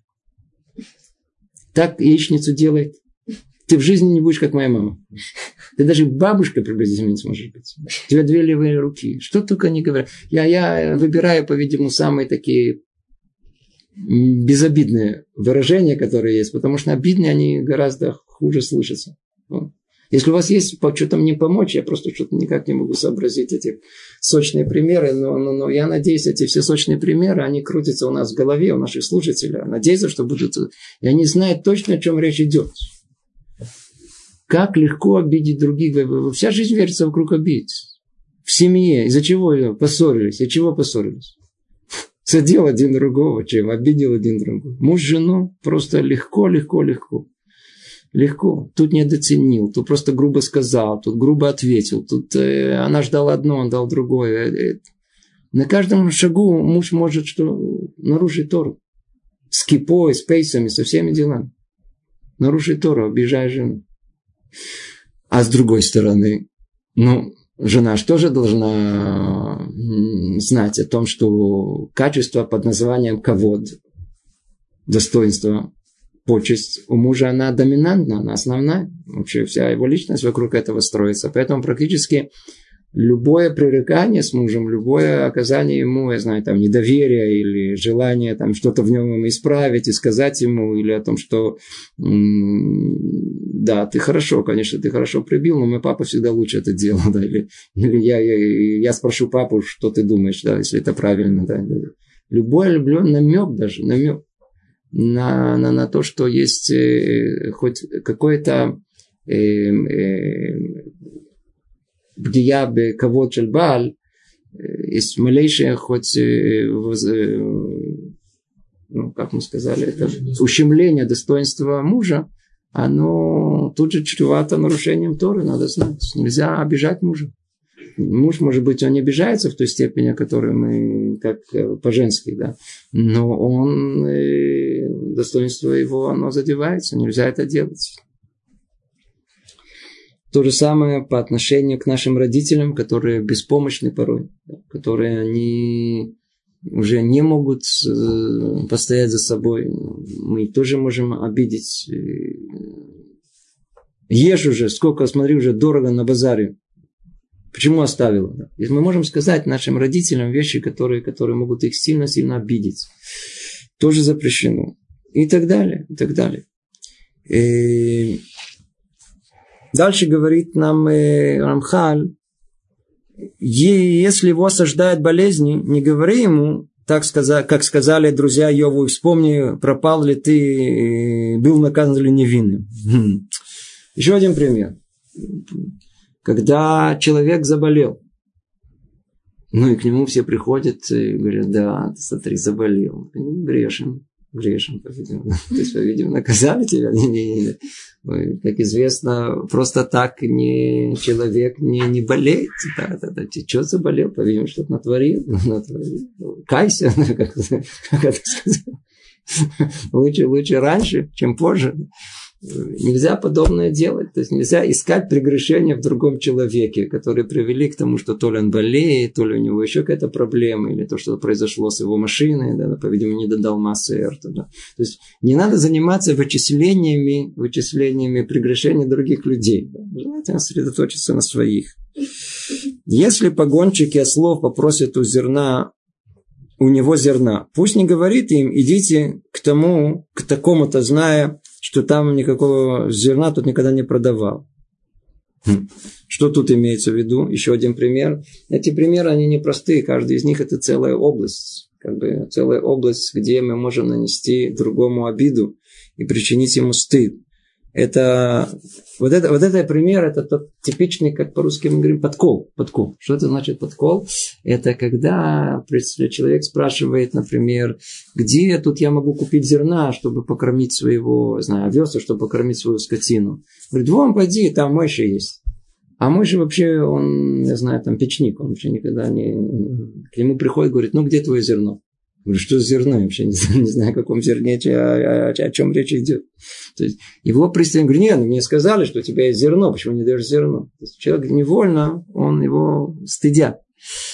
Так яичницу делает. Ты в жизни не будешь, как моя мама. Ты даже бабушка приблизительно не сможешь быть. У тебя 2 левые руки. Что только не говорят. Я выбираю, по-видимому, самые такие безобидные выражения, которые есть. Потому что обидные, они гораздо хуже слышатся. Если у вас есть что-то мне помочь, я просто что-то никак не могу сообразить эти сочные примеры, но я надеюсь, эти все сочные примеры, они крутятся у нас в голове, у наших слушателей. Надеюсь, что будут... И они знают точно, о чем речь идет. Как легко обидеть других. Вся жизнь вертится вокруг обид. В семье. Из-за чего поссорились? Из-за чего поссорились? Задел один другого, чем обидел один другого. Муж жену просто легко. Легко. Тут недооценил, тут просто грубо сказал, тут грубо ответил, тут она ждала одно, он дал другое. На каждом шагу муж может нарушить Тору. С кипой, с пейсами, со всеми делами. Нарушить Тору, обижая жену. А с другой стороны, жена же тоже должна знать о том, что качество под названием кавод, достоинство, почесть у мужа, она доминантна, она основная. Вообще вся его личность вокруг этого строится. Поэтому практически любое пререкание с мужем, любое оказание ему, я знаю, там, недоверия или желание там, что-то в нем исправить и сказать ему, или о том, что да, ты хорошо, конечно, ты хорошо прибил, но мой папа всегда лучше это делал, да, или я спрошу папу, что ты думаешь, да, если это правильно, да. Любой намек даже, намек на то, что есть хоть какое-то бдия бекавод шель бааль, есть малейшее хоть, как мы сказали, это ущемление достоинства мужа, оно тут же чревато нарушением Торы, надо знать. Нельзя обижать мужа. Муж, может быть, он не обижается в той степени, о которой мы, как по-женски, да, но он, достоинство его, оно задевается, нельзя это делать. То же самое по отношению к нашим родителям, которые беспомощны порой, которые они уже не могут постоять за собой. Мы тоже можем обидеть. Ешь уже, сколько, смотри, уже дорого на базаре. Почему оставила? Мы можем сказать нашим родителям вещи, которые могут их сильно-сильно обидеть. Тоже запрещено. И так далее, и так далее. Дальше говорит нам Рамхаль, если его осаждает болезни, не говори ему, как сказали друзья Йову, вспомни, пропал ли ты, был наказан или невинным. Еще один пример. Когда человек заболел, и к нему все приходят и говорят, да, ты смотри, заболел, грешен, по-видимому. То есть, по-видимому, наказали тебя. Как известно, просто так человек не болеет. Ты что заболел? По-видимому, что-то натворил. Кайся, как это сказать. Лучше раньше, чем позже. Нельзя подобное делать. То есть нельзя искать прегрешения в другом человеке, которые привели к тому, что то ли он болеет, то ли у него еще какая-то проблема, или то, что произошло с его машиной, да, по-видимому, не додал массы эрта. Да. То есть не надо заниматься вычислениями прегрешений других людей. Да. Желательно сосредоточиться на своих. Если погонщики ослов попросят у него зерна, пусть не говорит им, идите к такому-то, зная, что там никакого зерна тут никогда не продавал. Что тут имеется в виду? Еще один пример. Эти примеры, они непростые. Каждый из них это целая область. Целая область, где мы можем нанести другому обиду и причинить ему стыд. Вот это пример, это тот типичный, как по-русски мы говорим, подкол. Что это значит подкол? Это когда человек спрашивает, например, где тут я могу купить зерна, чтобы покормить своего, овеса, чтобы покормить свою скотину. Говорит, вон, пойди, там Мойша есть. А Мойша вообще, он, там печник, он вообще никогда не... К нему приходит, говорит, где твое зерно? Говорю, что за зерно? Я вообще не знаю, о каком зерне, о чем речь идет. То есть, его пристально говорит, нет, мне сказали, что у тебя есть зерно, почему не даешь зерно? То есть, человек невольно, он его стыдят.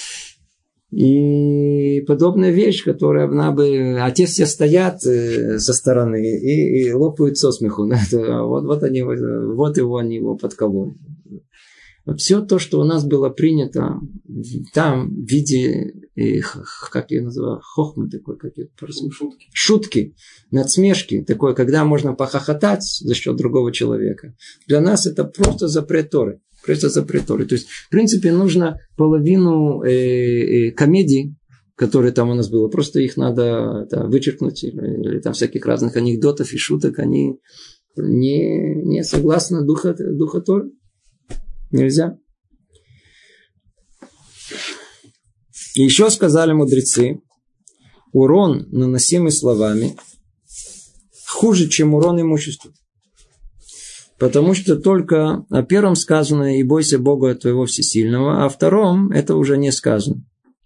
И подобная вещь, которая она бы... А те все стоят со стороны и лопают со смеху. Вот они его подкололи. Все то, что у нас было принято там в виде, как я называю, хохмы такой, шутки, надсмешки, такое, когда можно похохотать за счет другого человека. Для нас это просто запрет Торы. То есть, в принципе, нужно половину комедий, которые там у нас было, просто их надо вычеркнуть, или там всяких разных анекдотов и шуток, они не согласны духа Торы. Нельзя. И еще сказали мудрецы, урон, наносимый словами, хуже, чем урон имуществу. Потому что только о первом сказано «и бойся Бога твоего всесильного», а о втором это уже не сказано.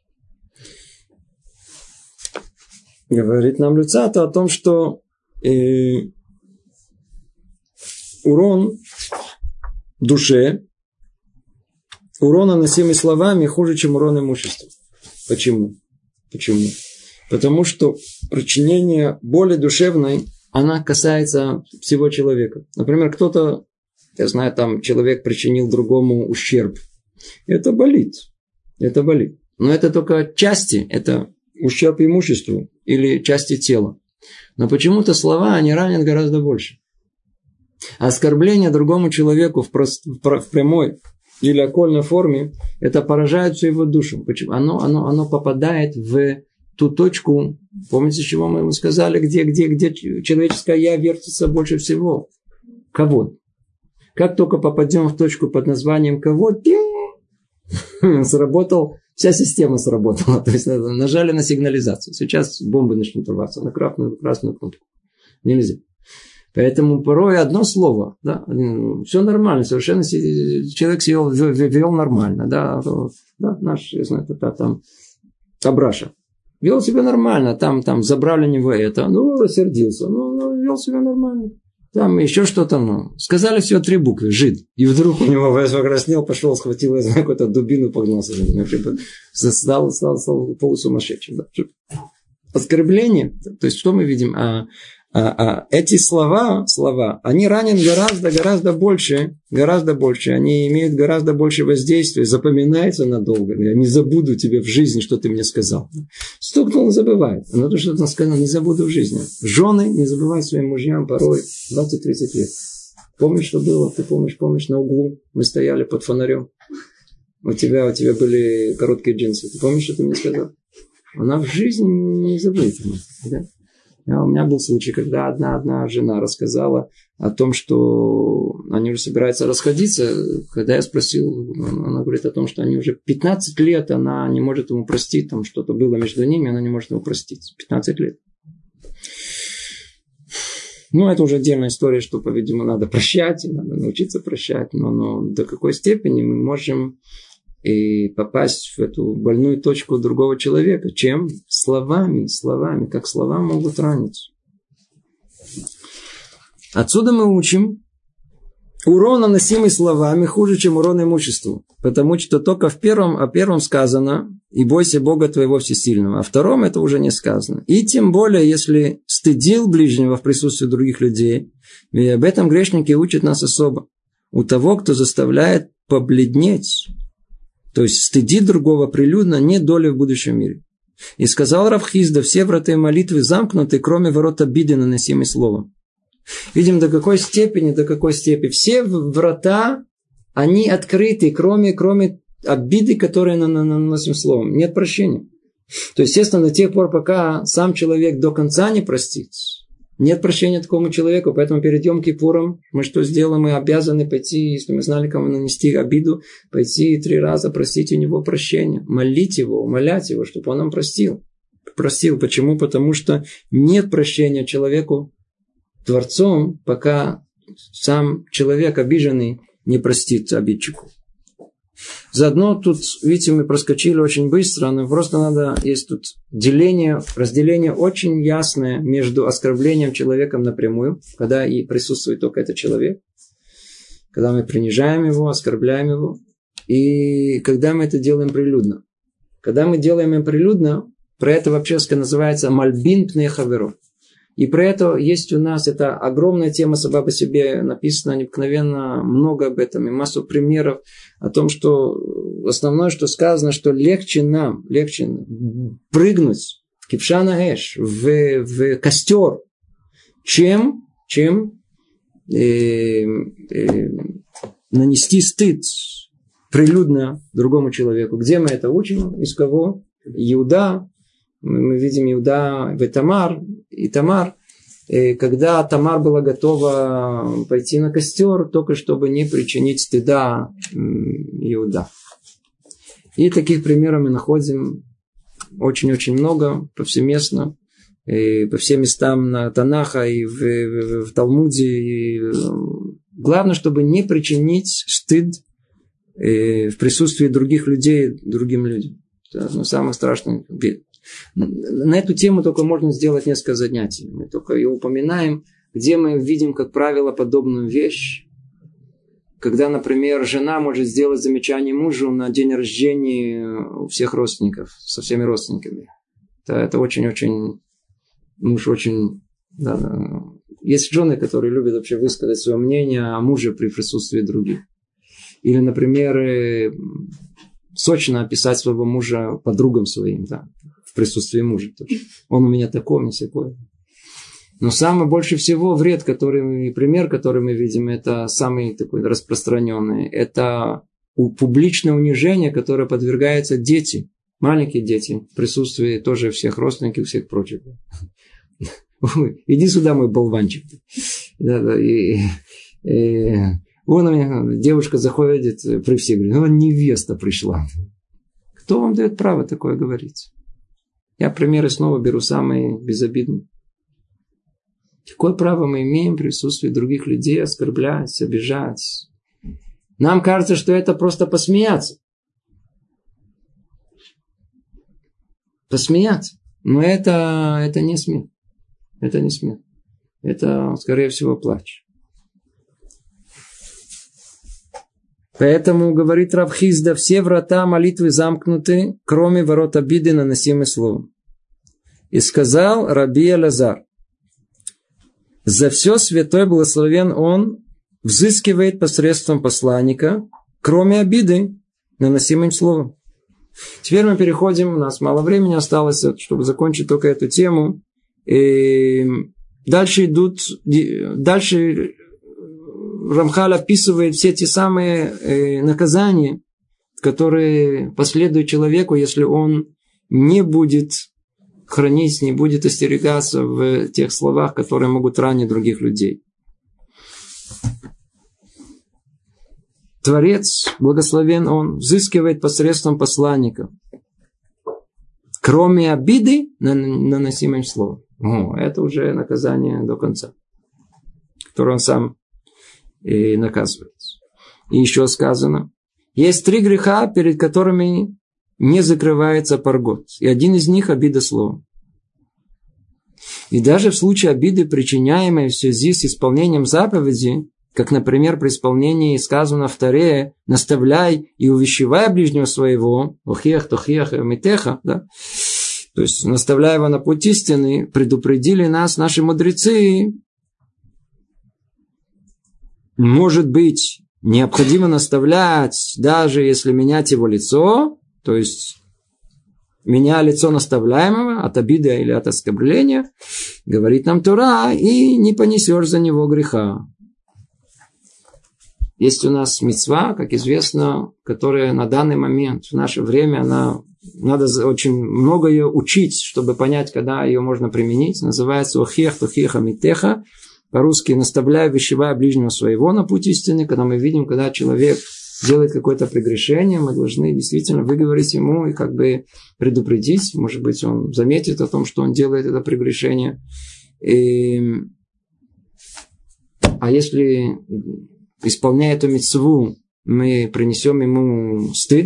Говорит нам Люцата о том, что урон душе урон, наносимый словами, хуже, чем урон имуществу. Почему? Потому что причинение боли душевной, она касается всего человека. Например, кто-то, я знаю, там человек причинил другому ущерб. Это болит. Но это только части, это ущерб имуществу или части тела. Но почему-то слова, они ранят гораздо больше. Оскорбление другому человеку в прямой или окольной форме, это поражает всю его душу. Почему? Оно попадает в ту точку, помните, чего мы ему сказали, где человеческое «я» вертится больше всего? Кавод. Как только попадем в точку под названием кавод, сработал, вся система сработала. То есть нажали на сигнализацию. Сейчас бомбы начнут рваться на красную кнопку. Нельзя. Поэтому порой одно слово, да, все нормально, совершенно человек вел нормально, да, наш, я знаю, там Абраша. Вел себя нормально, там забрали у него это, рассердился, вел себя нормально. Там еще что-то, сказали всего 3 буквы, жид. И вдруг у него покраснел, пошел, схватил, я знаю, какую-то дубину, погнался за ним. Стал полусумасшедшим. Да. Оскорбление, то есть что мы видим? Эти слова, они ранят гораздо больше, они имеют гораздо больше воздействия, запоминаются надолго. Я не забуду тебе в жизни, что ты мне сказал. Стукнул, он забывает. Но то, что он сказал, не забуду в жизни. Жены не забывают своим мужьям порой 20-30 лет. Помнишь, что было? Ты помнишь, на углу мы стояли под фонарем. У тебя были короткие джинсы. Ты помнишь, что ты мне сказал? Она в жизни не забудет. Да? У меня был случай, когда одна жена рассказала о том, что они уже собираются расходиться. Когда я спросил, она говорит о том, что они уже 15 лет, она не может ему простить, там что-то было между ними, она не может ему простить. 15 лет. Это уже отдельная история, что, по-видимому, надо прощать, и надо научиться прощать. Но до какой степени мы можем и попасть в эту больную точку другого человека. Чем? Словами. Как слова могут ранить. Отсюда мы учим, урон, наносимый словами, хуже, чем урон имуществу. Потому что только о первом сказано, и бойся Бога твоего всесильного. А втором это уже не сказано. И тем более, если стыдил ближнего в присутствии других людей, и об этом грешники учат нас особо. У того, кто заставляет побледнеть, то есть стыдит другого прилюдно, нет доли в будущем мире. И сказал Рав Хизда, все врата молитвы замкнуты, кроме ворот обиды, наносимой словом. Видим, до какой степени. Все врата, они открыты, кроме обиды, которые наносим словом. Нет прощения. То есть, естественно, до тех пор, пока сам человек до конца не простит, нет прощения такому человеку, поэтому перед Йом-Кипуром мы что сделаем? Мы обязаны пойти, если мы знали, кому нанести обиду, пойти 3 раза просить у него прощения, молить его, умолять его, чтобы он нам простил. Почему? Потому что нет прощения человеку Творцом, пока сам человек обиженный не простит обидчику. Заодно тут, видите, мы проскочили очень быстро, но просто есть тут разделение очень ясное между оскорблением человеком напрямую, когда и присутствует только этот человек, когда мы принижаем его, оскорбляем его, и когда мы это делаем прилюдно. Когда мы делаем это прилюдно, про это вообще называется мальбин пней хаверо. И про это есть у нас, это огромная тема сама по себе, написано необыкновенно много об этом, и массу примеров о том, что основное, что сказано, что легче прыгнуть в кипшана эш, в костер, чем нанести стыд прилюдно другому человеку. Где мы это учим? Из кого? Иуда. Мы видим Иуда в Тамар, когда Тамар была готова пойти на костер, только чтобы не причинить стыда Иуда. И таких примеров мы находим очень-очень много, повсеместно, и по всем местам Танаха и в Талмуде. И главное, чтобы не причинить стыд в присутствии других людей другим людям. Это самое страшное бед. На эту тему только можно сделать несколько занятий. Мы только ее упоминаем, где мы видим, как правило, подобную вещь. когда, например, жена может сделать замечание мужу на день рождения у всех родственников, со всеми родственниками. Это очень-очень... Муж очень... Да, есть жены, которые любят вообще высказать свое мнение о муже при присутствии других. Или, например, сочно описать своего мужа подругам своим, да, в присутствии мужа. Он у меня такой, не сякой. Но самый больше всего вред, пример, который мы видим, это самый такой распространенный. Это публичное унижение, которое подвергаются дети, маленькие дети, в присутствии тоже всех родственников и всех прочих. Иди сюда, мой болванчик. Вон у меня девушка заходит при всех, говорит, невеста пришла. Кто вам дает право такое говорить? Я примеры снова беру самые безобидные. Какое право мы имеем в присутствии других людей оскорблять, обижать? Нам кажется, что это просто посмеяться. Посмеяться. Но это не смех. Это не смех. Это, скорее всего, плач. Поэтому, говорит Рав Хизда, все врата молитвы замкнуты, кроме ворот обиды, наносимой словом. И сказал Раби Элазар, за все святой благословен он взыскивает посредством посланника, кроме обиды, наносимым словом. Теперь мы переходим, у нас мало времени осталось, чтобы закончить только эту тему. И дальше Рамхаль описывает все те самые наказания, которые последуют человеку, если он не будет хранить, не будет остерегаться в тех словах, которые могут ранить других людей. Творец, благословен он, взыскивает посредством посланника, кроме обиды, наносимым словом. Это уже наказание до конца, которое он сам и наказывает. И еще сказано, есть 3 греха, перед которыми не закрывается паргот. И один из них – обида словом. И даже в случае обиды, причиняемой в связи с исполнением заповеди, как, например, при исполнении сказано в Торе, наставляй и увещевай ближнего своего, охех, тохех, митеха, да? То есть, наставляя его на путь истины, предупредили нас наши мудрецы, может быть, необходимо наставлять, даже если менять его лицо, то есть, меняя лицо наставляемого от обиды или от оскорбления, говорит нам Тора, и не понесешь за него греха. Есть у нас мицва, как известно, которая на данный момент, в наше время, надо очень много ее учить, чтобы понять, когда ее можно применить. Называется «Охех, тухеха, митеха». По-русски «наставляй, увещевай ближнего своего на путь истины». Когда мы видим, когда человек делает какое-то прегрешение, мы должны действительно выговорить ему и как бы предупредить. Может быть, он заметит о том, что он делает это прегрешение. А если, исполняя эту мицву, мы принесем ему стыд,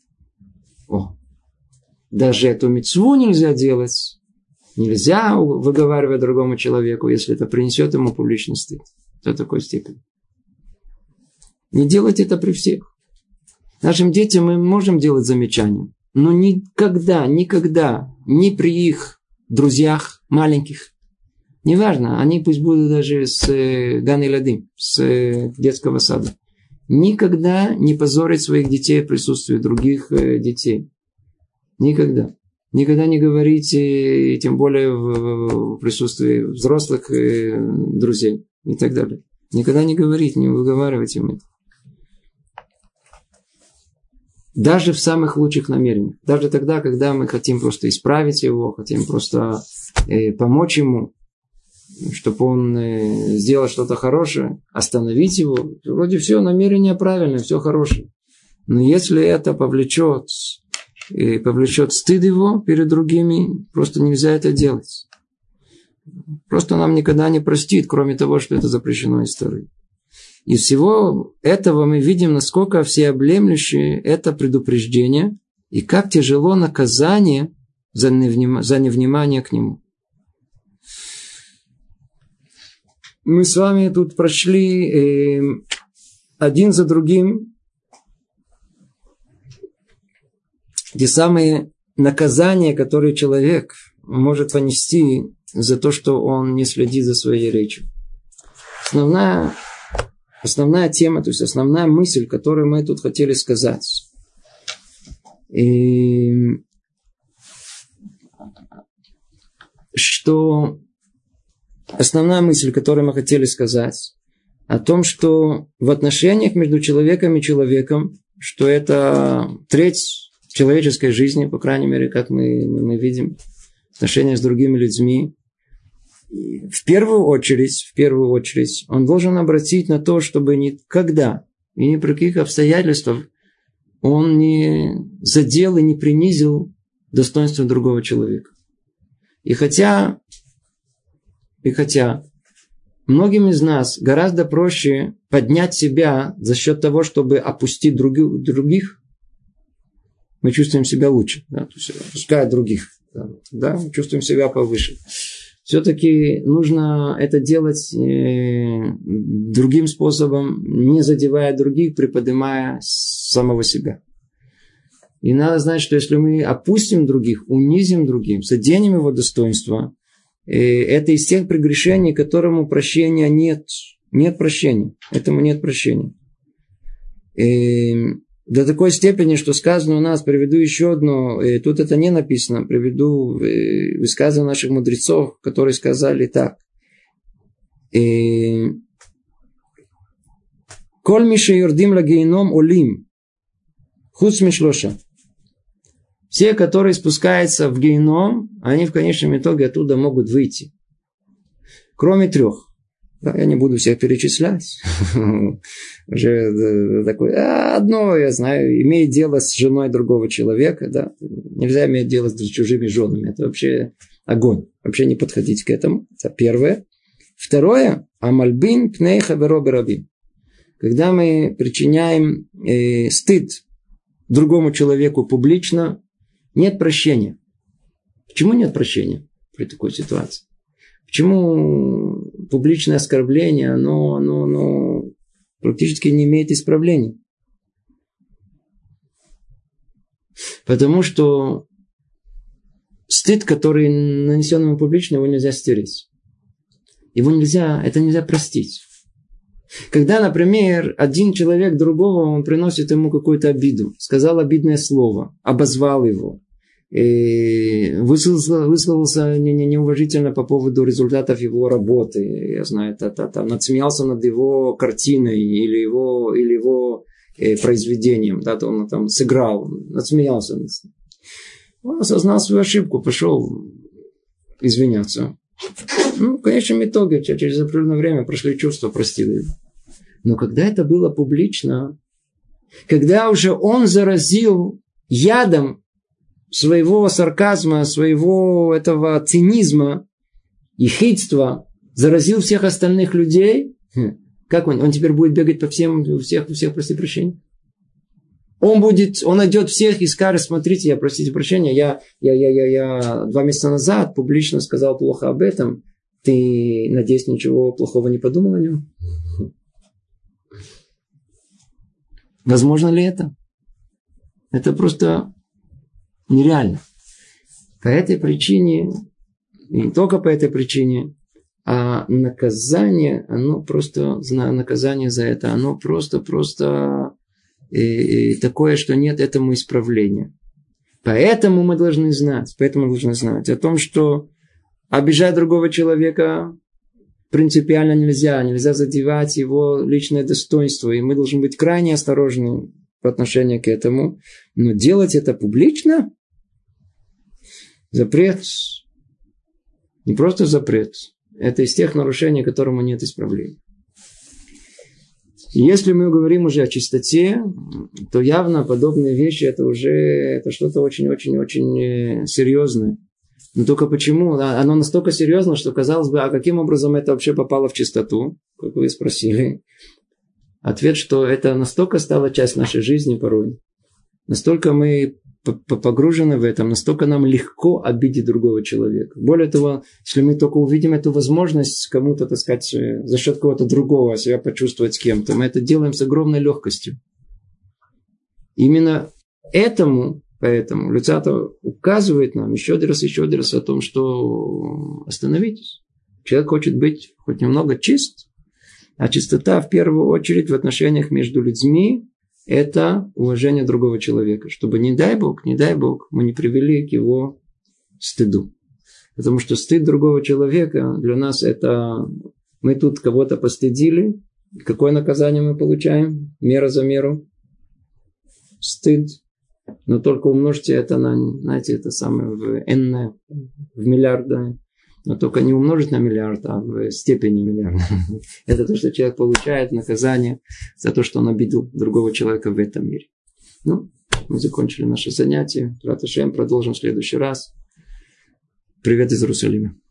даже эту мицву нельзя делать. Нельзя выговаривать другому человеку, если это принесет ему публичный стыд. До такой степени. Не делать это при всех. Нашим детям мы можем делать замечания, но никогда, ни при их друзьях маленьких. Неважно, они пусть будут даже с Ган-Иладим, с детского сада. Никогда не позорить своих детей в присутствии других детей. Никогда. Никогда не говорите, тем более в присутствии взрослых друзей и так далее. Никогда не говорите, не выговаривайте им это. Даже в самых лучших намерениях. Даже тогда, когда мы хотим просто исправить его, хотим просто помочь ему, чтобы он сделал что-то хорошее, остановить его. Вроде все намерение правильное, все хорошее. Но если это повлечет стыд его перед другими, просто нельзя это делать. Просто нам никогда не простит, кроме того, что это запрещено историей. Из всего этого мы видим, насколько всеобъемлющее это предупреждение и как тяжело наказание за невнимание к нему. Мы с вами тут прочли один за другим те самые наказания, которые человек может понести за то, что он не следит за своей речью. Основная тема, то есть основная мысль, которую мы тут хотели сказать. Что основная мысль, которую мы хотели сказать, о том, что в отношениях между человеком и человеком, что это треть человеческой жизни, по крайней мере, как мы видим, отношения с другими людьми, в первую очередь, он должен обратить на то, чтобы никогда и ни при каких обстоятельствах он не задел и не принизил достоинство другого человека. И хотя многим из нас гораздо проще поднять себя за счет того, чтобы опустить других, мы чувствуем себя лучше. Да? То есть, опуская других, да? Мы чувствуем себя повыше. Все-таки нужно это делать другим способом, не задевая других, приподнимая самого себя. И надо знать, что если мы опустим других, унизим другим, заденем его достоинство, это из тех прегрешений, которому прощения нет. Нет прощения. Этому нет прощения. До такой степени, что сказано у нас, приведу еще одно, тут это не написано, приведу высказывания наших мудрецов, которые сказали так. Коль миша юрдим лагейном олим, хуц мишлоша. Все, которые спускаются в гейном, они в конечном итоге оттуда могут выйти. Кроме 3. Да, я не буду всех перечислять. Уже такое. Одно, я знаю, имеет дело с женой другого человека. Да. Нельзя иметь дело с чужими женами. Это вообще огонь. Вообще не подходить к этому. Это первое. Второе. Амальбин пней хаверо берабим. Когда мы причиняем стыд другому человеку публично, нет прощения. Почему нет прощения при такой ситуации? Почему публичное оскорбление, оно практически не имеет исправления? Потому что стыд, который нанесен ему публично, его нельзя стереть. Это нельзя простить. Когда, например, один человек другого, он приносит ему какую-то обиду, сказал обидное слово, обозвал его, высказался неуважительно по поводу результатов его работы, я знаю, надсмеялся над его картиной или его произведением, да, он там сыграл, надсмеялся. Он осознал свою ошибку, пошел извиняться. В конечном итоге, через определенное время прошли чувства, простили. Но когда это было публично, когда уже он заразил ядом своего сарказма, своего этого цинизма и хитства, заразил всех остальных людей, как он теперь будет бегать по всех прости прощения? Он найдет всех и скажет: смотрите, простите прощения, я 2 месяца назад публично сказал плохо об этом. Ты, надеюсь, ничего плохого не подумал о нем? Возможно ли это? Это просто нереально. По этой причине, и не только по этой причине, а наказание за это, оно просто такое, что нет этому исправления. Поэтому мы должны знать о том, что обижать другого человека принципиально нельзя. Нельзя задевать его личное достоинство. И мы должны быть крайне осторожны по отношению к этому. Но делать это публично — запрет. Не просто запрет. Это из тех нарушений, которому нет исправления. Если мы говорим уже о чистоте, то явно подобные вещи это что-то очень-очень-очень серьезное. Но только почему? Оно настолько серьезно, что казалось бы, а каким образом это вообще попало в чистоту? Как вы спросили. Ответ, что это настолько стало часть нашей жизни порой. Настолько мы погружены в этом, настолько нам легко обидеть другого человека. Более того, если мы только увидим эту возможность кому-то, так сказать, за счет кого-то другого себя почувствовать с кем-то, мы это делаем с огромной легкостью. Именно поэтому Люцатов указывает нам еще один раз о том, что остановитесь. Человек хочет быть хоть немного чист, а чистота в первую очередь в отношениях между людьми – это уважение другого человека, чтобы, не дай Бог, мы не привели к его стыду. Потому что стыд другого человека для нас – это мы тут кого-то постыдили. Какое наказание мы получаем? Мера за меру. Стыд. Но только умножьте это на, знаете, это самое в n, в миллиарды. Но только не умножить на миллиард, а в степени миллиарда. Это то, что человек получает наказание за то, что он обидел другого человека в этом мире. Ну, мы закончили наше занятие. Рат Ашем, продолжим в следующий раз. Привет из Иерусалима.